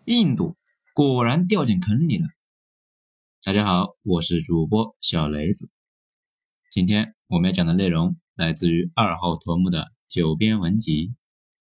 印度果然掉进坑里了。大家好，我是主播小雷子。今天我们要讲的内容来自于2号头目的九编文集。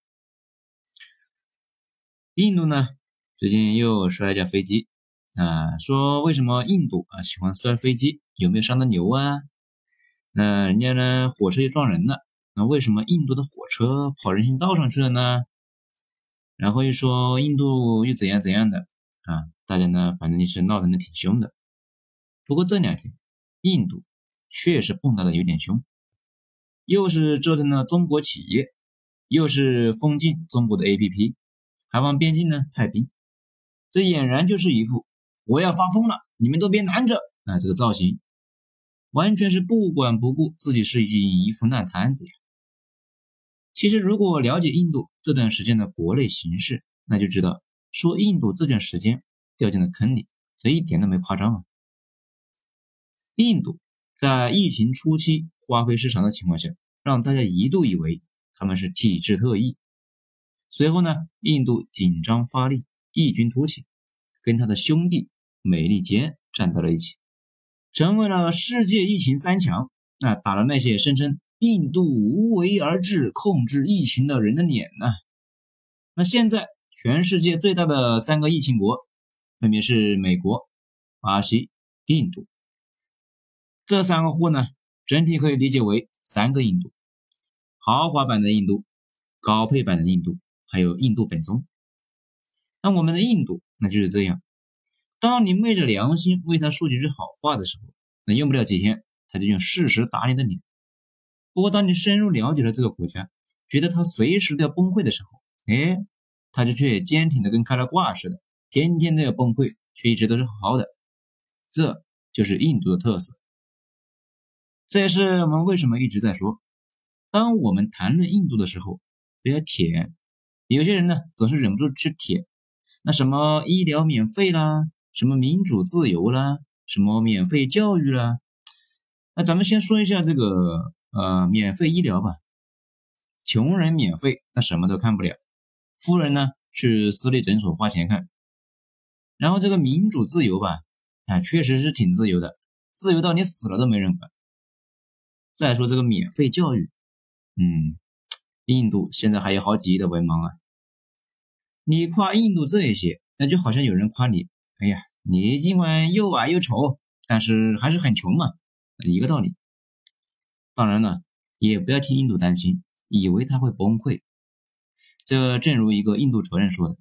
印度呢，最近又摔一架飞机说为什么印度喜欢摔飞机，有没有伤的牛啊？那人家呢火车又撞人了，那为什么印度的火车跑人行道上去了呢？然后又说印度又怎样怎样的大家呢反正就是闹腾的挺凶的。不过这2天印度确实蹦跶的有点凶，又是折腾了中国企业，又是封禁中国的 APP， 还往边境呢派兵，这俨然就是一副我要发疯了你们都别拦着这个造型，完全是不管不顾自己是一副烂摊子呀。其实如果了解印度这段时间的国内形势，那就知道说印度这段时间掉进了坑里，这一点都没夸张啊。印度在疫情初期花飞市场的情况下，让大家一度以为他们是体制特异。随后呢，印度紧张发力，异军突起，跟他的兄弟美利坚站到了一起，成为了世界疫情3强，打了那些声称印度无为而治控制疫情的人的脸那现在全世界最大的3个疫情国分别是美国、巴西、印度。这3个货呢，整体可以理解为3个印度：豪华版的印度、高配版的印度，还有印度本宗。那我们的印度那就是这样，当你昧着良心为他说几句好话的时候，那用不了几天他就用事实打你的脸。不过当你深入了解了这个国家，觉得他随时都要崩溃的时候，他就却坚挺的跟开了挂似的，天天都要崩溃，却一直都是好好的。这就是印度的特色。这也是我们为什么一直在说，当我们谈论印度的时候不要舔，有些人呢总是忍不住去舔，那什么医疗免费啦，什么民主自由啦，什么免费教育啦。那咱们先说一下这个免费医疗吧。穷人免费那什么都看不了，富人呢去私立诊所花钱看。然后这个民主自由吧确实是挺自由的，自由到你死了都没人管。再说这个免费教育，印度现在还有好几亿的文盲你夸印度这一些，那就好像有人夸你，哎呀，你尽管又矮又丑，但是还是很穷嘛，一个道理。当然了，也不要替印度担心，以为他会崩溃。这正如一个印度哲人说的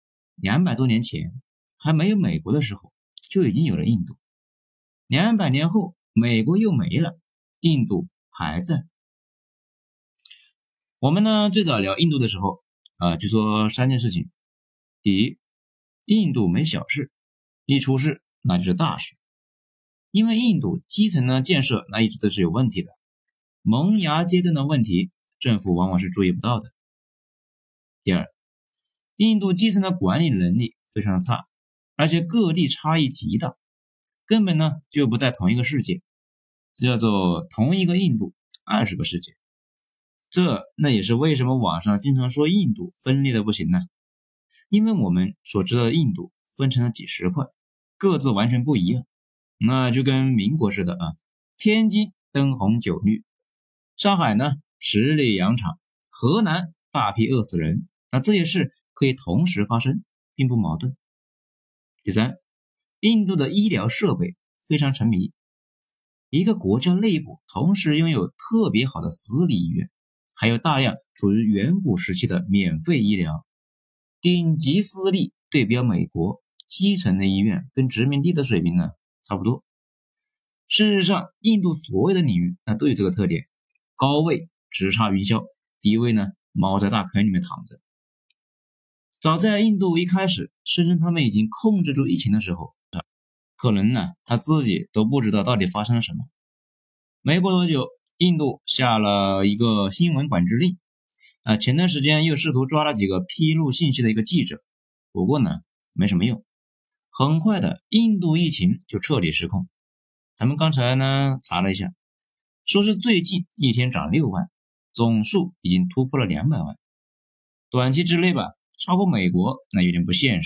，200多年前还没有美国的时候，就已经有了印度。200年后，美国又没了，印度还在。我们呢最早聊印度的时候就说3件事情。第一，印度没小事，一出事那就是大事。因为印度基层的建设那一直都是有问题的，萌芽阶段的问题政府往往是注意不到的。第二，印度基层的管理能力非常差，而且各地差异极大，根本呢就不在同一个世界，这叫做同一个印度20个世界。那也是为什么网上经常说印度分裂的不行呢？因为我们所知道的印度分成了几十块，各自完全不一样。那就跟民国似的天津灯红酒绿，上海呢十里洋场，河南大批饿死人，那这些事可以同时发生，并不矛盾。第三，印度的医疗设备非常沉迷，一个国家内部同时拥有特别好的私立医院，还有大量处于远古时期的免费医疗。顶级私立对标美国，基层的医院跟殖民地的水平呢差不多。事实上，印度所有的领域都有这个特点，高位直插云霄，低位呢猫在大坑里面躺着。早在印度一开始声称他们已经控制住疫情的时候，可能呢他自己都不知道到底发生了什么。没过多久，印度下了一个新闻管制令前段时间又试图抓了几个披露信息的一个记者，不过呢没什么用。很快的，印度疫情就彻底失控。咱们刚才呢查了一下，说是最近一天涨6万，总数已经突破了200万。短期之内吧，超过美国那有点不现实，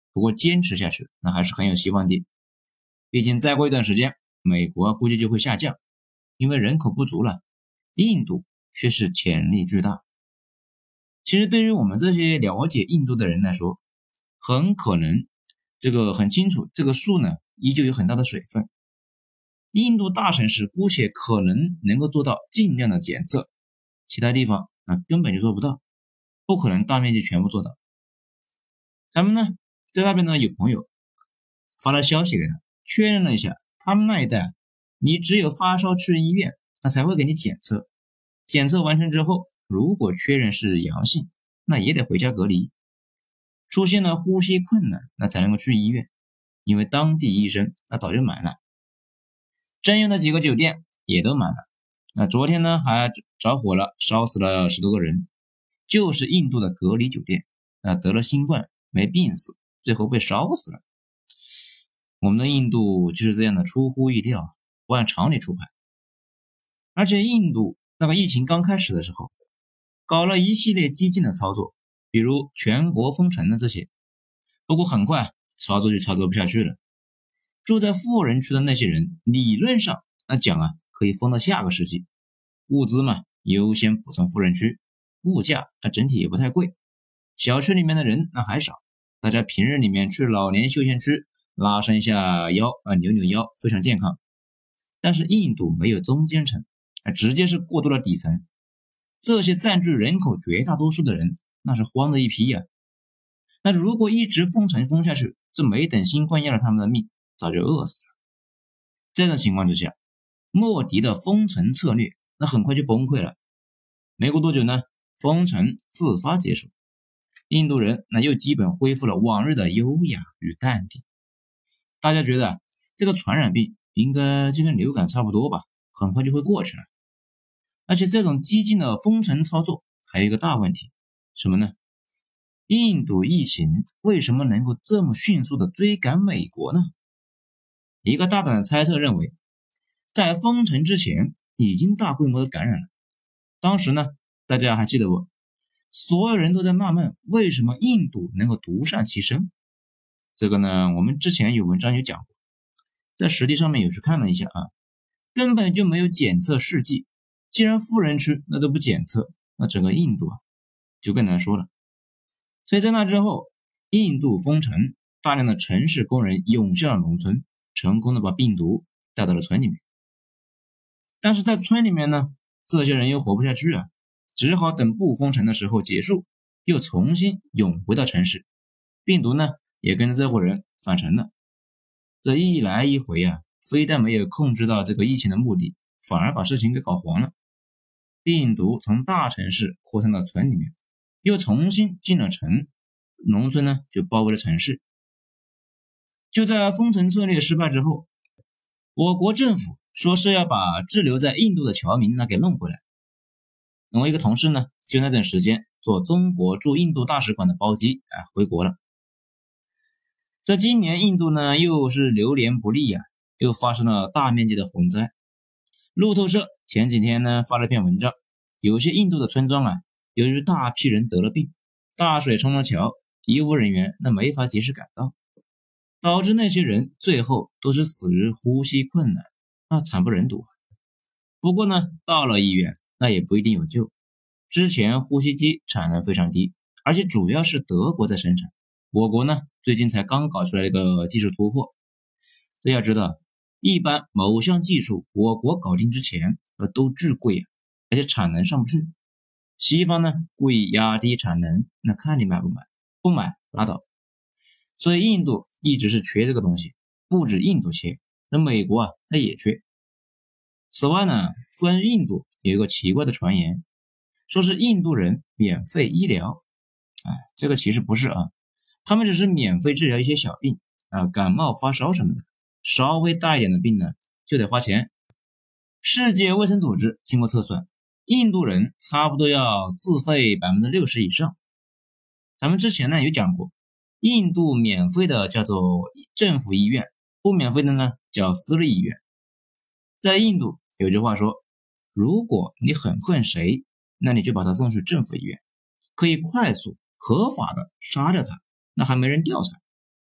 不过坚持下去那还是很有希望的。毕竟再过一段时间，美国估计就会下降，因为人口不足了，印度却是潜力巨大。其实对于我们这些了解印度的人来说，很可能很清楚这个数呢依旧有很大的水分。印度大城市姑且可能够做到尽量的检测，其他地方根本就做不到，不可能大面积全部做到。咱们呢在那边呢有朋友发了消息给他，确认了一下，他们那一带你只有发烧去医院，他才会给你检测，检测完成之后，如果确认是阳性，那也得回家隔离。出现了呼吸困难，那才能够去医院，因为当地医生那早就满了，征用的几个酒店也都满了。那昨天呢还着火了，烧死了10多个人，就是印度的隔离酒店，得了新冠没病死，最后被烧死了。我们的印度就是这样的出乎意料，不按常理出牌。而且印度那个疫情刚开始的时候，搞了一系列激进的操作，比如全国封城的这些，不过很快操作就操作不下去了。住在富人区的那些人，理论上可以封到下个世纪，物资嘛优先补充富人区，物价整体也不太贵，小区里面的人还少，大家平日里面去老年休闲区拉伸一下腰扭扭腰，非常健康。但是印度没有中间层，直接是过渡了底层，这些占据人口绝大多数的人那是慌的一批呀。那如果一直封城封下去，这没等新冠要了他们的命，早就饿死了。这种情况之下，莫迪的封城策略那很快就崩溃了。没过多久呢，封城自发结束，印度人又基本恢复了往日的优雅与淡定。大家觉得这个传染病应该就跟流感差不多吧，很快就会过去了。而且这种激进的封城操作还有一个大问题，什么呢？印度疫情为什么能够这么迅速的追赶美国呢？一个大胆的猜测认为，在封城之前已经大规模的感染了。当时呢，大家还记得不？所有人都在纳闷，为什么印度能够独善其身？这个呢，我们之前有文章有讲过，在实地上面有去看了一下根本就没有检测试剂。既然富人区那都不检测，那整个印度就更难说了。所以在那之后，印度封城，大量的城市工人涌向了农村，成功的把病毒带到了村里面。但是在村里面呢，这些人又活不下去只好等不封城的时候结束，又重新涌回到城市，病毒呢也跟着这伙人返城了。这一来一回非但没有控制到这个疫情的目的，反而把事情给搞黄了。病毒从大城市扩散到村里面，又重新进了城，农村呢就包围了城市。就在封城策略失败之后，我国政府说是要把滞留在印度的侨民给弄回来。我一个同事呢，就那段时间坐中国驻印度大使馆的包机回国了。这今年印度呢又是流年不利又发生了大面积的洪灾。路透社前几天呢发了篇文章，有些印度的村庄由于大批人得了病，大水冲了桥，医务人员没法及时赶到，导致那些人最后都是死于呼吸困难，惨不忍睹。不过呢，到了医院那也不一定有救，之前呼吸机产能非常低，而且主要是德国在生产，我国呢最近才刚搞出来一个技术突破。这要知道，一般某项技术我国搞定之前都巨贵而且产能上不去。西方呢故意压低产能，那看你买不买，不买拉倒。所以印度一直是缺这个东西，不止印度缺，那美国它也缺。此外呢，关于印度有一个奇怪的传言，说是印度人免费医疗。这个其实不是他们只是免费治疗一些小病感冒发烧什么的，稍微大一点的病呢就得花钱。世界卫生组织经过测算，印度人差不多要自费 60% 以上。咱们之前呢有讲过，印度免费的叫做政府医院，不免费的呢叫私立医院。在印度有句话说，如果你很恨谁，那你就把他送去政府医院，可以快速合法的杀掉他，那还没人调查。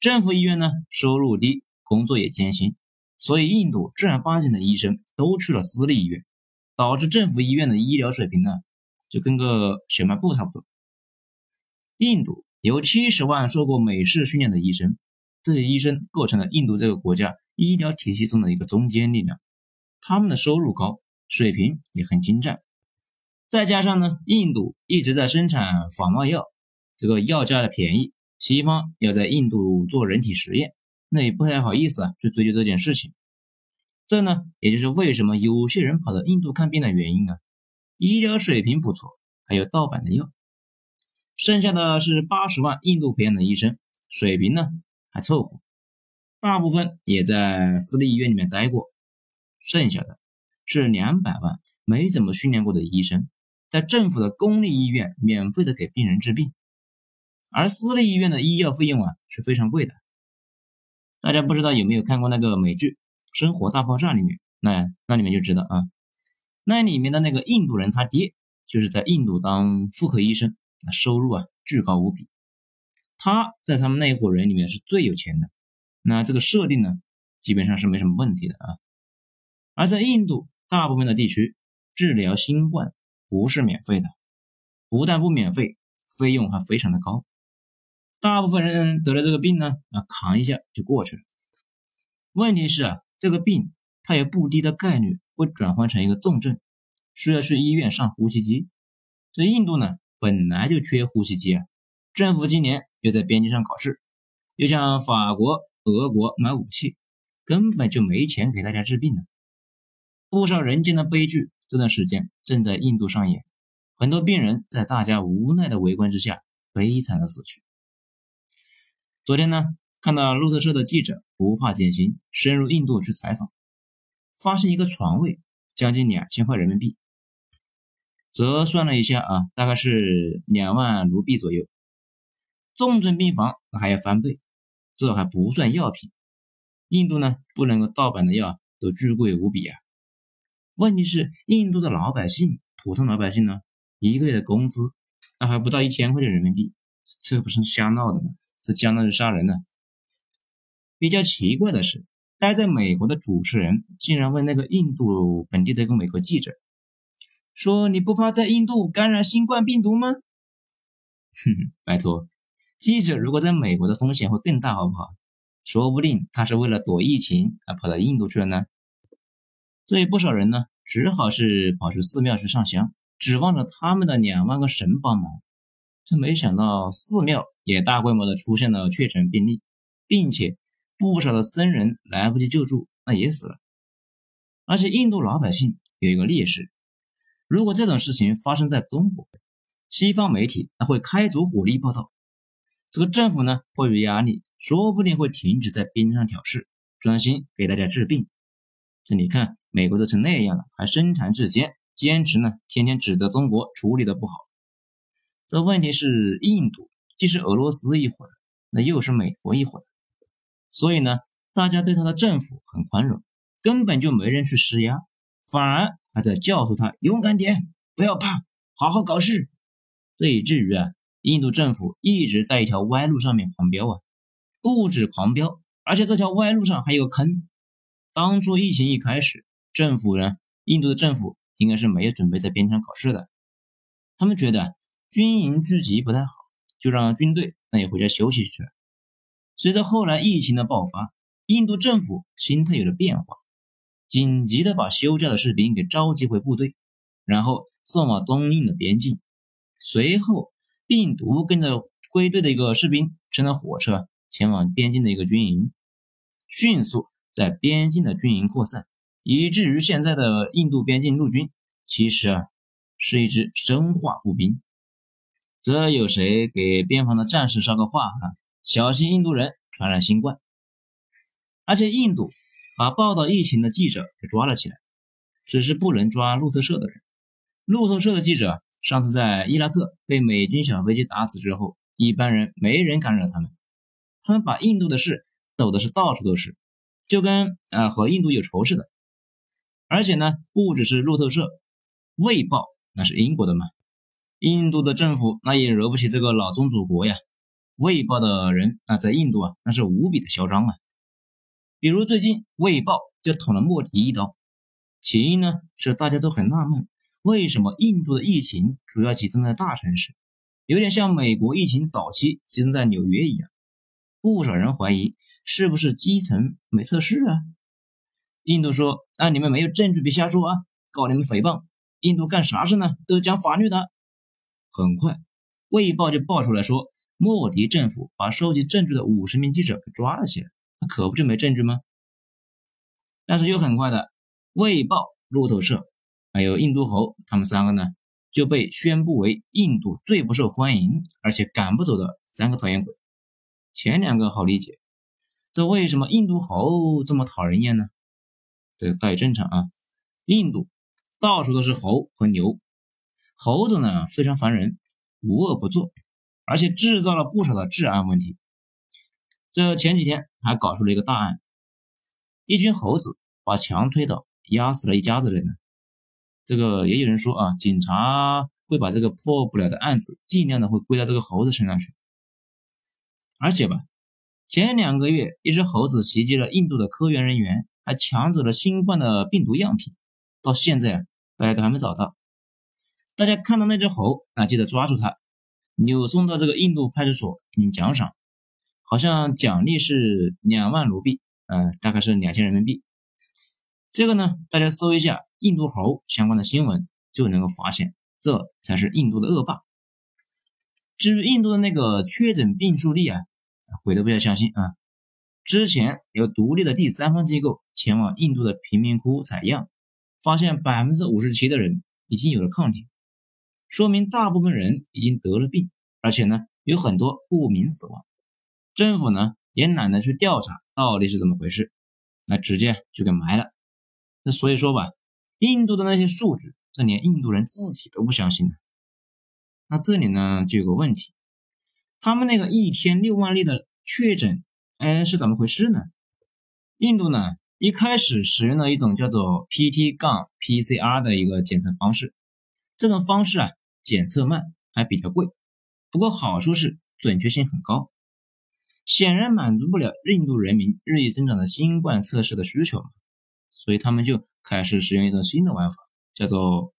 政府医院呢收入低，工作也艰辛，所以印度正儿八经的医生都去了私立医院，导致政府医院的医疗水平呢就跟个小卖部差不多。印度有70万受过美式训练的医生，这些医生构成了印度这个国家医疗体系中的一个中坚力量，他们的收入高，水平也很精湛。再加上呢，印度一直在生产仿冒药，这个药价的便宜，西方要在印度做人体实验，那也不太好意思去追究这件事情。这呢，也就是为什么有些人跑到印度看病的原因啊。医疗水平不错，还有盗版的药。剩下的是80万印度培养的医生，水平呢还凑合，大部分也在私立医院里面待过。剩下的是200万没怎么训练过的医生，在政府的公立医院免费的给病人治病，而私立医院的医药费用是非常贵的。大家不知道有没有看过那个美剧《生活大爆炸》里面，那里面就知道那里面的那个印度人他爹就是在印度当妇科医生，收入巨高无比。他在他们那一伙人里面是最有钱的，那这个设定呢基本上是没什么问题的而在印度大部分的地区，治疗新冠不是免费的，不但不免费，费用还非常的高。大部分人得了这个病呢扛一下就过去了。问题是这个病它有不低的概率会转换成一个重症，需要去医院上呼吸机。这印度呢本来就缺呼吸机政府今年又在边境上搞事，又向法国、俄国买武器，根本就没钱给大家治病呢。不少人间的悲剧这段时间正在印度上演，很多病人在大家无奈的围观之下悲惨的死去。昨天呢，看到路透社的记者不怕艰辛深入印度去采访，发现一个床位将近2000块人民币，折算了一下大概是2万卢币左右。重症病房还要翻倍，这还不算药品。印度呢不能够盗版的药都巨贵无比问题是印度的老百姓，普通老百姓呢，一个月的工资那还不到1000块钱人民币，这不是瞎闹的吗？这相当于杀人呢。比较奇怪的是，待在美国的主持人竟然问那个印度本地的一个美国记者说，你不怕在印度感染新冠病毒吗？拜托，记者如果在美国的风险会更大好不好？说不定他是为了躲疫情跑到印度去了呢。所以不少人呢只好是跑去寺庙去上香，指望着他们的2万个神帮忙。这没想到寺庙也大规模的出现了确诊病例，并且不少的僧人来不及救助，那也死了。而且印度老百姓有一个劣势，如果这种事情发生在中国，西方媒体那会开足火力报道，这个政府呢迫于压力，说不定会停止在边境上挑事，专心给大家治病。这你看美国都成那样了，还身残志坚，坚持呢天天指责中国处理的不好。这问题是印度既是俄罗斯一伙的，那又是美国一伙的，所以呢大家对他的政府很宽容，根本就没人去施压，反而还在教唆他勇敢点，不要怕，好好搞事。这以至于印度政府一直在一条歪路上面狂飙不止狂飙，而且这条歪路上还有坑。当初疫情一开始，印度的政府应该是没有准备在边疆搞事的，他们觉得军营聚集不太好，就让军队那也回家休息去了。随着后来疫情的爆发，印度政府心态有了变化，紧急的把休假的士兵给召集回部队，然后送往中印的边境。随后病毒跟着归队的一个士兵乘了火车前往边境的一个军营，迅速在边境的军营扩散，以至于现在的印度边境陆军其实是一支生化步兵。这有谁给边防的战士捎个话小心印度人传染新冠。而且印度把报道疫情的记者给抓了起来，只是不能抓路透社的人。路透社的记者上次在伊拉克被美军小飞机打死之后，一般人没人敢惹他们，他们把印度的事抖的是到处都是，就跟和印度有仇似的。而且呢不只是路透社，卫报那是英国的嘛，印度的政府那也惹不起这个老宗主国呀。 卫报的人在印度那是无比的嚣张啊。比如最近卫报就捅了莫迪一刀，起因呢是大家都很纳闷，为什么印度的疫情主要集中在大城市，有点像美国疫情早期集中在纽约一样。不少人怀疑是不是基层没测试啊。印度说你们没有证据别瞎说啊，告你们诽谤。印度干啥事呢都是讲法律的。很快卫报就爆出来说，莫迪政府把收集证据的50名记者给抓了起来，那可不就没证据吗？但是又很快的，卫报、路透社还有印度猴他们3个呢就被宣布为印度最不受欢迎而且赶不走的3个讨厌鬼。前2个好理解，这为什么印度猴这么讨人厌呢？这倒也正常啊，印度到处都是猴和牛，猴子呢非常烦人，无恶不作，而且制造了不少的治安问题。这前几天还搞出了一个大案，一群猴子把墙推倒，压死了一家子人呢。这个也有人说警察会把这个破不了的案子尽量的会归到这个猴子身上去。而且前2个月一只猴子袭击了印度的科研人员，还抢走了新冠的病毒样品，到现在大家都还没找到。大家看到那只猴记得抓住它，扭送到这个印度派出所领奖赏，好像奖励是2万卢币，大概是2000人民币。这个呢大家搜一下印度猴相关的新闻就能够发现，这才是印度的恶霸。至于印度的那个确诊病数例鬼都不要相信啊！之前有独立的第三方机构前往印度的贫民窟采样，发现57%的人已经有了抗体，说明大部分人已经得了病，而且呢有很多不明死亡。政府呢也懒得去调查到底是怎么回事，那直接就给埋了。那所以说印度的那些数据，这连印度人自己都不相信了。那这里呢就有个问题，他们那个1天6万例的确诊是怎么回事呢？印度呢一开始使用了一种叫做 PT-PCR 的一个检测方式，这种方式检测慢还比较贵，不过好处是准确性很高，显然满足不了印度人民日益增长的新冠测试的需求，所以他们就开始使用一种新的玩法，叫做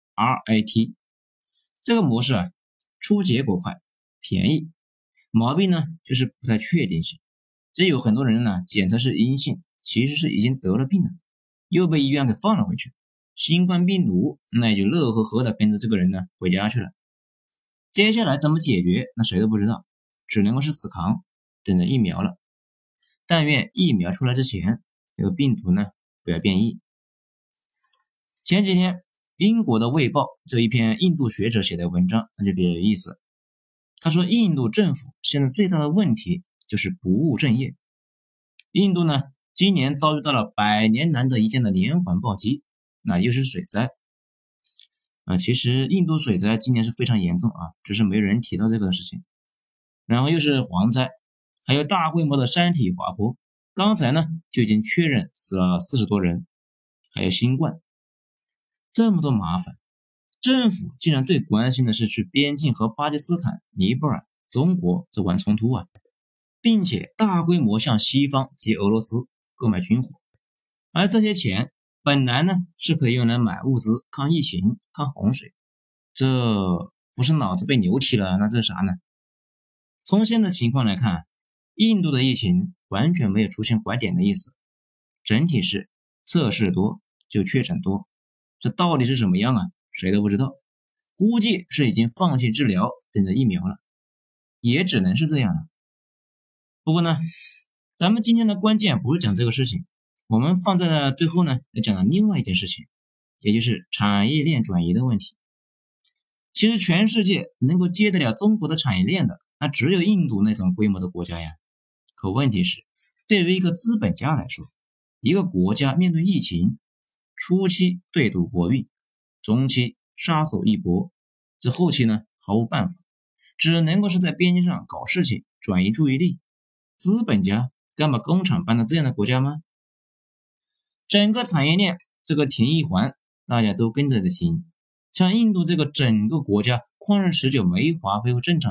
RAT。 这个模式出结果快便宜，毛病呢就是不太确定性。这有很多人呢检测是阴性，其实是已经得了病了，又被医院给放了回去，新冠病毒那也就乐呵呵的跟着这个人呢回家去了。接下来怎么解决那谁都不知道，只能够是死扛，等着疫苗了。但愿疫苗出来之前这个病毒呢不要变异。前几天英国的卫报这一篇印度学者写的文章那就比较有意思。他说印度政府现在最大的问题就是不务正业。印度呢今年遭遇到了100年难得一见的连环暴击，那又是水灾其实印度水灾今年是非常严重只是没人提到这个事情。然后又是蝗灾，还有大规模的山体滑坡，刚才呢就已经确认死了40多人，还有新冠，这么多麻烦，政府竟然最关心的是去边境和巴基斯坦、尼泊尔、中国这玩冲突并且大规模向西方及俄罗斯购买军火，而这些钱本来呢是可以用来买物资、抗疫情、抗洪水，这不是脑子被牛踢了，那这是啥呢？从现在情况来看，印度的疫情完全没有出现拐点的意思，整体是测试多就确诊多，这到底是什么样谁都不知道，估计是已经放弃治疗等着疫苗了，也只能是这样了。不过呢咱们今天的关键不是讲这个事情，我们放在了最后呢要讲的另外一件事情，也就是产业链转移的问题。其实全世界能够接得了中国的产业链的那只有印度那种规模的国家呀。可问题是对于一个资本家来说，一个国家面对疫情，初期对赌国运，中期杀手一搏，这后期呢毫无办法，只能够是在边境上搞事情转移注意力。资本家敢把工厂搬到这样的国家吗？整个产业链这个停一环大家都跟着的停，像印度这个整个国家旷日持久没法恢复正常的，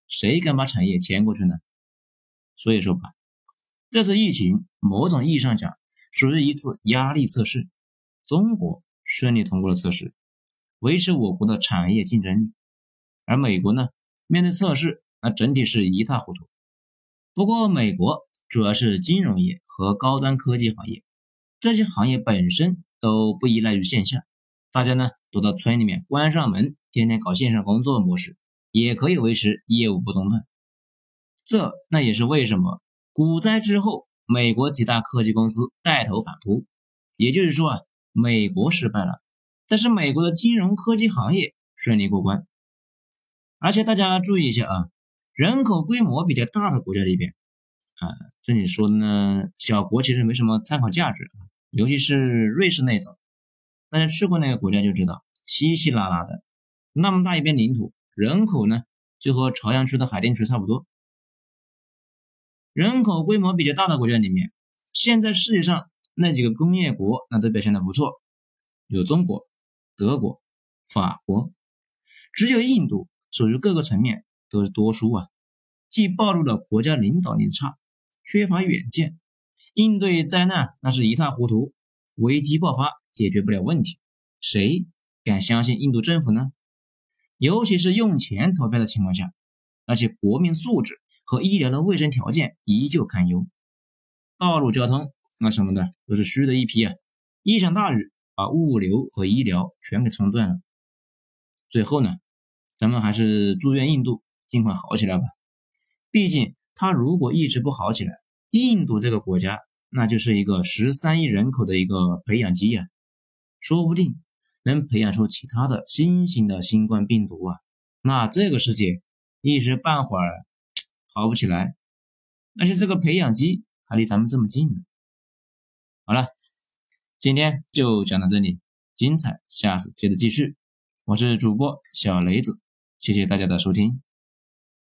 谁敢把产业迁过去呢？所以说吧，这次疫情某种意义上讲属于一次压力测试，中国顺利通过了测试，维持我国的产业竞争力，而美国呢，面对测试整体是一塌糊涂。不过美国主要是金融业和高端科技行业，这些行业本身都不依赖于线下，大家呢都到村里面关上门，天天搞线上工作模式，也可以维持业务不中断。那也是为什么股灾之后美国几大科技公司带头反扑，也就是说美国失败了，但是美国的金融科技行业顺利过关。而且大家注意一下人口规模比较大的国家里边这里说的呢，小国其实没什么参考价值尤其是瑞士那种，大家去过那个国家就知道，稀稀拉拉的，那么大一片领土，人口呢就和朝阳区的海淀区差不多。人口规模比较大的国家里面，现在世界上那几个工业国都表现得不错，有中国、德国、法国，只有印度属于各个层面都是多输既暴露了国家领导力差，缺乏远见，应对灾难那是一塌糊涂，危机爆发解决不了问题，谁敢相信印度政府呢？尤其是用钱投票的情况下，而且国民素质和医疗的卫生条件依旧堪忧，道路交通什么的都是虚的一批一场大雨把物流和医疗全给冲断了。最后呢，咱们还是祝愿印度尽快好起来吧，毕竟它如果一直不好起来，印度这个国家那就是一个13亿人口的一个培养基说不定能培养出其他的新型的新冠病毒那这个世界一时半会儿好不起来，但是这个培养基还离咱们这么近呢。好了，今天就讲到这里，精彩下次接着继续。我是主播小雷子，谢谢大家的收听。